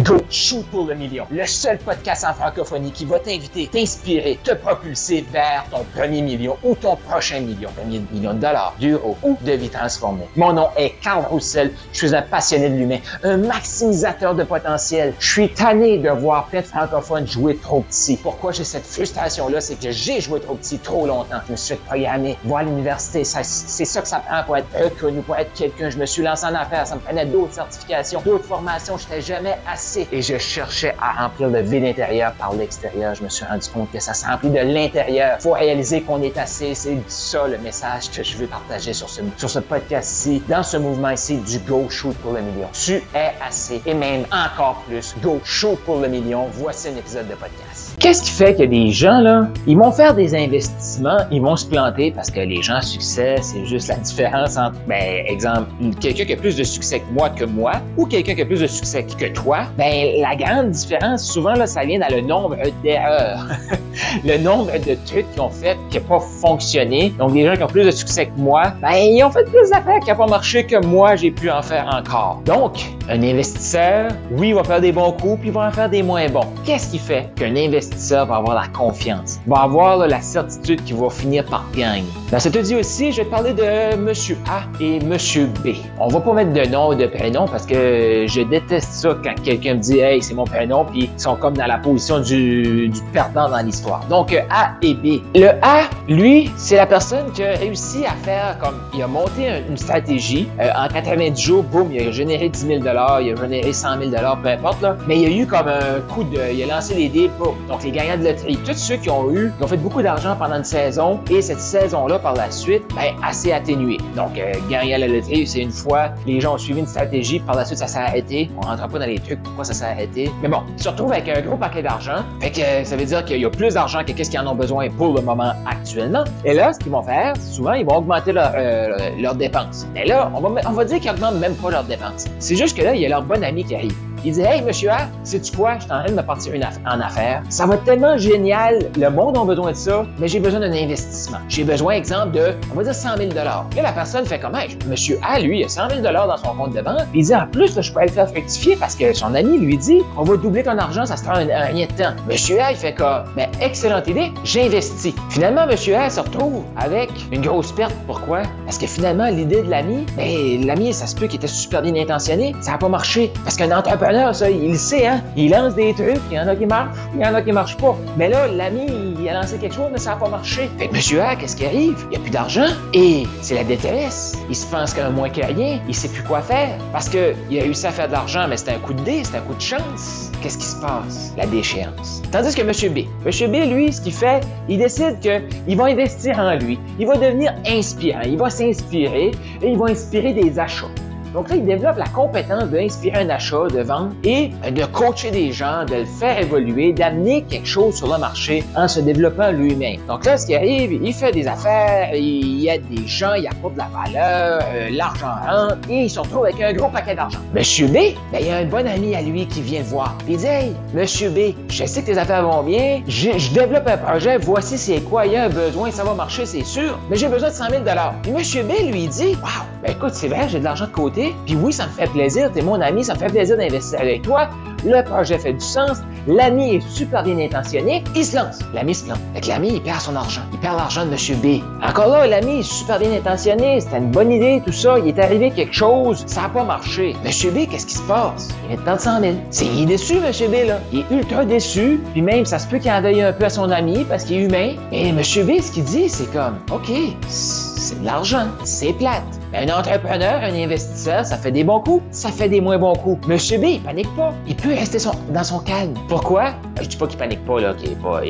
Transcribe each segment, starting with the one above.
Go Shoot pour le million, le seul podcast en francophonie qui va t'inviter, t'inspirer, te propulser vers ton premier million ou ton prochain million, million de dollars, d'euros ou de vie transformée. Mon nom est Carl Roussel, je suis un passionné de l'humain, un maximisateur de potentiel. Je suis tanné de voir plein de francophones jouer trop petit. Pourquoi j'ai cette frustration-là? C'est que j'ai joué trop petit trop longtemps. Je me suis fait programmer, voir à l'université, c'est ça que ça prend pour être reconnu, pour être quelqu'un. Je me suis lancé en affaires, ça me prenait d'autres certifications, d'autres formations, j'étais jamais assez. Et je cherchais à remplir le vide intérieur par l'extérieur. Je me suis rendu compte que ça se remplit de l'intérieur. Faut réaliser qu'on est assez. C'est ça le message que je veux partager sur ce podcast-ci, dans ce mouvement ici du Go Shoot pour le million. Tu es assez et même encore plus. Go Shoot pour le million. Voici un épisode de podcast. Qu'est-ce qui fait que des gens, là, ils vont faire des investissements, ils vont se planter parce que les gens à succès, c'est juste la différence entre, exemple, quelqu'un qui a plus de succès que moi ou quelqu'un qui a plus de succès que toi. La grande différence, souvent, là, ça vient dans le nombre d'erreurs. Le nombre de trucs qu'ils ont fait qui n'ont pas fonctionné. Donc, des gens qui ont plus de succès que moi, ils ont fait plus d'affaires qui n'ont pas marché que moi, j'ai pu en faire encore. Donc, un investisseur, oui, il va faire des bons coups, puis il va en faire des moins bons. Qu'est-ce qui fait qu'un investisseur va avoir la confiance, va avoir la certitude qu'il va finir par gagner? Dans cet audio aussi, je vais te parler de Monsieur A et Monsieur B. On va pas mettre de nom ou de prénom parce que je déteste ça quand quelqu'un me dit « Hey, c'est mon prénom », puis ils sont comme dans la position du perdant dans l'histoire. Donc, A et B. Le A, lui, c'est la personne qui a réussi à faire comme... Il a monté une stratégie. En 90 jours, boum, il a généré 10 000 $, il a généré 100 000 $, peu importe, là. Mais il y a eu comme un coup de... Il a lancé des dés, boum. Donc, les gagnants de loterie, tous ceux qui ont fait beaucoup d'argent pendant une saison, et cette saison-là, par la suite, assez atténuée. Donc, gagner à la loterie, c'est une fois, les gens ont suivi une stratégie, par la suite, ça s'est arrêté. On rentre pas dans les trucs, pourquoi ça s'est arrêté. Mais bon, ils se retrouvent avec un gros paquet d'argent. Fait que ça veut dire qu'il y a plus d'argent que qu'est-ce qu'ils en ont besoin pour le moment actuellement. Et là, ce qu'ils vont faire, souvent, ils vont augmenter leurs dépenses. Mais là, on va dire qu'ils augmentent même pas leurs dépenses. C'est juste que là, il y a leur bon ami qui arrive. Il dit « Hey, monsieur A, sais-tu quoi? Je suis en train de me partir en affaires. Ça va être tellement génial. Le monde a besoin de ça, mais j'ai besoin d'un investissement. J'ai besoin, exemple, de, on va dire 100 000 $. Là, la personne fait comme « Hey, monsieur A, lui, il a 100 000 $ dans son compte de banque. Il dit « En plus, là, je pourrais le faire fructifier parce que son ami lui dit « On va doubler ton argent, ça se prend un rien de temps. » Monsieur A, il fait comme « Excellente idée, j'investis. » Finalement, monsieur A se retrouve avec une grosse perte. Pourquoi? Parce que finalement, l'idée de l'ami, l'ami, ça se peut qu'il était super bien intentionné. Ça n'a pas marché. Parce qu'un entrepreneur, ça, il le sait, hein? Il lance des trucs, il y en a qui marchent, il y en a qui marchent pas. Mais là, l'ami, il a lancé quelque chose, mais ça n'a pas marché. Fait que monsieur A, qu'est-ce qui arrive? Il n'y a plus d'argent et c'est la détresse. Il se pense qu'il a moins que rien, il sait plus quoi faire. Parce qu'il a réussi à faire de l'argent, mais c'était un coup de dé, c'était un coup de chance. Qu'est-ce qui se passe? La déchéance. Tandis que monsieur B, lui, ce qu'il fait, il décide qu'il va investir en lui. Il va devenir inspirant. Il va s'inspirer et il va inspirer des achats. Donc là, il développe la compétence d'inspirer un achat, de vendre et de coacher des gens, de le faire évoluer, d'amener quelque chose sur le marché en se développant lui-même. Donc là, ce qui arrive, il fait des affaires, il aide des gens, il apporte de la valeur, l'argent rentre et il se retrouve avec un gros paquet d'argent. Monsieur B, il y a un bon ami à lui qui vient le voir. Il dit « Hey, monsieur B, je sais que tes affaires vont bien, je développe un projet, voici c'est quoi, il y a un besoin, ça va marcher, c'est sûr, mais j'ai besoin de 100 000 $. Puis monsieur B lui dit « Wow, écoute, c'est vrai, j'ai de l'argent de côté. Puis oui, ça me fait plaisir, t'es mon ami, ça me fait plaisir d'investir avec toi. Le projet fait du sens, l'ami est super bien intentionné, il se lance. L'ami se plante. Fait que l'ami, il perd son argent. Il perd l'argent de monsieur B. Encore là, l'ami est super bien intentionné, c'était une bonne idée, tout ça. Il est arrivé quelque chose, ça n'a pas marché. Monsieur B, qu'est-ce qui se passe? Il vient de perdre 100 000. Il est déçu, monsieur B, là. Il est ultra déçu, puis même, ça se peut qu'il en veuille un peu à son ami parce qu'il est humain. Et monsieur B, ce qu'il dit, c'est comme, OK, c'est de l'argent, c'est plate. Un entrepreneur, un investisseur, ça fait des bons coups, ça fait des moins bons coups. Monsieur B, il panique pas. Il peut rester dans son calme. Pourquoi? Je dis pas qu'il panique pas, là, qu'il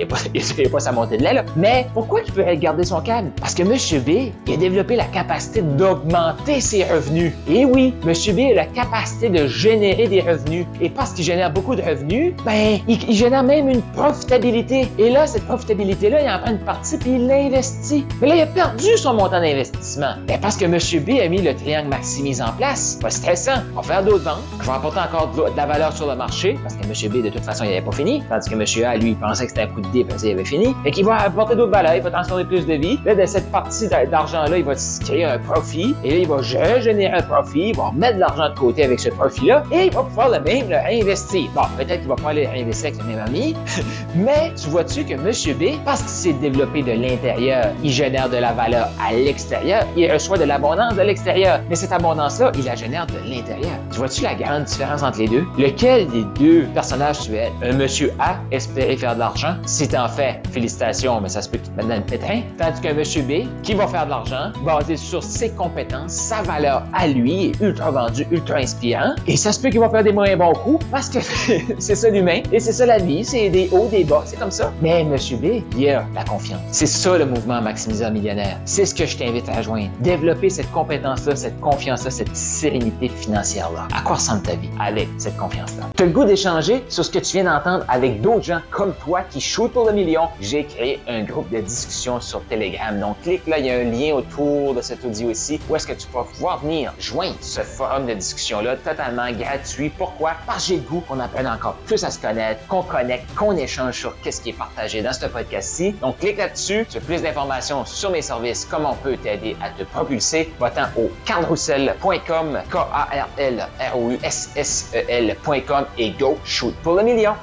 n'a pas sa montée de lait, là. Mais pourquoi il peut garder son calme? Parce que monsieur B, il a développé la capacité d'augmenter ses revenus. Et oui, monsieur B a la capacité de générer des revenus. Et parce qu'il génère beaucoup de revenus, il génère même une profitabilité. Et là, cette profitabilité-là, il en prend une partie puis il l'investit. Mais là, il a perdu son montant d'investissement. Parce que monsieur B, a mis le triangle maximise en place. Pas stressant. On va faire d'autres ventes. Je vais apporter encore de la valeur sur le marché parce que M. B, de toute façon, il n'avait pas fini. Tandis que M. A, lui, il pensait que c'était un coup de dé parce qu'il avait fini. Et qu'il va apporter d'autres valeurs. Il va transformer plus de vie. Là, de cette partie d'argent-là, il va créer un profit. Et là, il va générer un profit. Il va remettre de l'argent de côté avec ce profit-là. Et il va pouvoir le même le réinvestir. Bon, peut-être qu'il va pas aller réinvestir avec le même ami. Mais tu vois-tu que M. B, parce qu'il s'est développé de l'intérieur, il génère de la valeur à l'extérieur. Il reçoit de l'abondance de l'extérieur. Mais cette abondance-là, il la génère de l'intérieur. Tu vois-tu la grande différence entre les deux? Lequel des deux personnages tu es? Un monsieur A espérer faire de l'argent. Si t'en fais, félicitations, mais ça se peut qu'il te mette dans le pétrin. Tandis qu'un monsieur B qui va faire de l'argent basé sur ses compétences, sa valeur à lui, est ultra vendu, ultra inspirant. Et ça se peut qu'il va faire des moins bons coups parce que c'est ça l'humain et c'est ça la vie. C'est des hauts, des bas, c'est comme ça. Mais monsieur B, il a la confiance. C'est ça le mouvement Maximiseur Millionnaire. C'est ce que je t'invite à rejoindre. Développer cette compétence-là, cette confiance-là, cette sérénité financière-là. À quoi ressemble ta vie avec cette confiance-là? Tu as le goût d'échanger sur ce que tu viens d'entendre avec d'autres gens comme toi qui shootent pour le million? J'ai créé un groupe de discussion sur Telegram. Donc, clique là, il y a un lien autour de cet audio ici où est-ce que tu vas pouvoir venir joindre ce forum de discussion-là totalement gratuit. Pourquoi? Parce que j'ai le goût qu'on apprenne encore plus à se connaître, qu'on connecte, qu'on échange sur qu'est-ce qui est partagé dans ce podcast-ci. Donc, clique là-dessus. Tu as plus d'informations sur mes services, comment on peut t'aider à te propulser. Va-t'en au carlroussel.com, KARLROUSSEL.com et go shoot pour le million.